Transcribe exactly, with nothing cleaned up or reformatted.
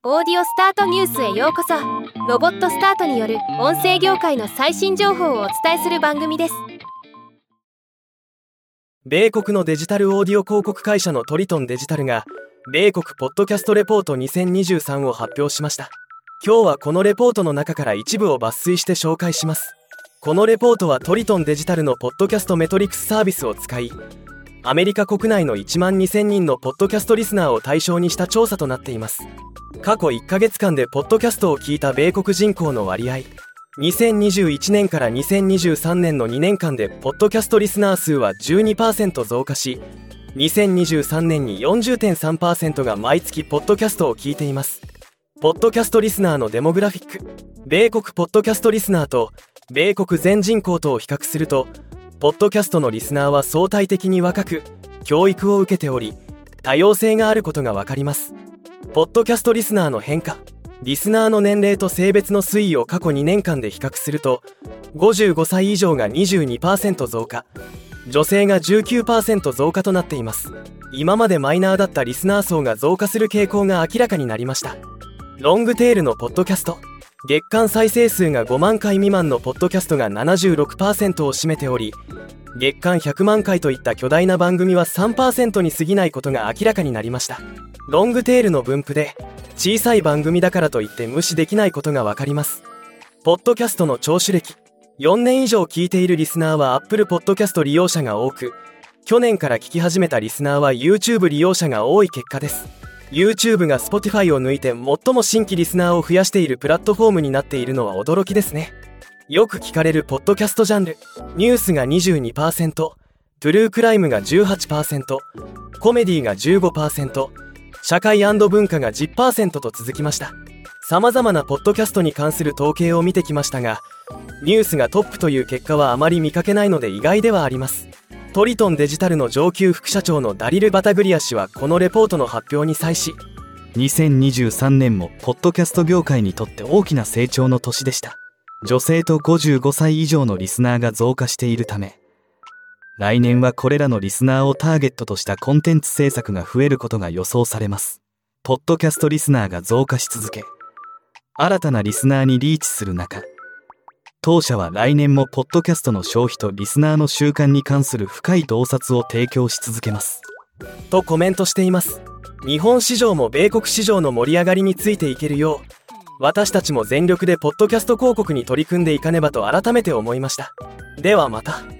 オーディオスタートニュースへようこそ。ロボットスタートによる音声業界の最新情報をお伝えする番組です。 米国のデジタルオーディオ広告会社のトリトンデジタルが米国ポッドキャストレポートにせんにじゅうさんを発表しました。今日はこのレポートの中から一部を抜粋して紹介します。このレポートはトリトンデジタルのポッドキャストメトリクスサービスを使い、アメリカ国内のいちまんにせんにんのポッドキャストリスナーを対象にした調査となっています。過去いっかげつかんでポッドキャストを聞いた米国人口の割合、にせんにじゅういちねんからにせんにじゅうさんねんのにねんかんでポッドキャストリスナー数は じゅうにパーセント 増加し、にせんにじゅうさんねんに よんじゅうてんさんパーセント が毎月ポッドキャストを聞いています。ポッドキャストリスナーのデモグラフィック。米国ポッドキャストリスナーと米国全人口とを比較すると、ポッドキャストのリスナーは相対的に若く、教育を受けており、多様性があることがわかります。ポッドキャストリスナーの変化。リスナーの年齢と性別の推移を過去にねんかんで比較すると、ごじゅうごさい以上が にじゅうにパーセント 増加、女性が じゅうきゅうパーセント 増加となっています。今までマイナーだったリスナー層が増加する傾向が明らかになりました。ロングテールのポッドキャスト。月間再生数がごまんかい未満のポッドキャストが ななじゅうろくパーセント を占めており、月間ひゃくまんかいといった巨大な番組は さんパーセント に過ぎないことが明らかになりました。ロングテールの分布で、小さい番組だからといって無視できないことがわかります。ポッドキャストの聴取歴。よんねん以上聞いているリスナーは Apple Podcast 利用者が多く、去年から聞き始めたリスナーは YouTube 利用者が多い結果です。YouTube が Spotify を抜いて最も新規リスナーを増やしているプラットフォームになっているのは驚きですね。よく聞かれるポッドキャストジャンル。ニュースが にじゅうにパーセント、トゥルークライムが じゅうはちパーセント、コメディが じゅうごパーセント、社会&文化が じゅっパーセント と続きました。様々なポッドキャストに関する統計を見てきましたが、ニュースがトップという結果はあまり見かけないので意外ではあります。トリトンデジタルの上級副社長のダリル・バタグリア氏はこのレポートの発表に際し、 にせんにじゅうさんねんもポッドキャスト業界にとって大きな成長の年でした。女性とごじゅうごさい以上のリスナーが増加しているため、来年はこれらのリスナーをターゲットとしたコンテンツ制作が増えることが予想されます。ポッドキャストリスナーが増加し続け、新たなリスナーにリーチする中、当社は来年もポッドキャストの消費とリスナーの習慣に関する深い洞察を提供し続けますとコメントしています。日本市場も米国市場の盛り上がりについていけるよう、私たちも全力でポッドキャスト広告に取り組んでいかねばと改めて思いました。ではまた。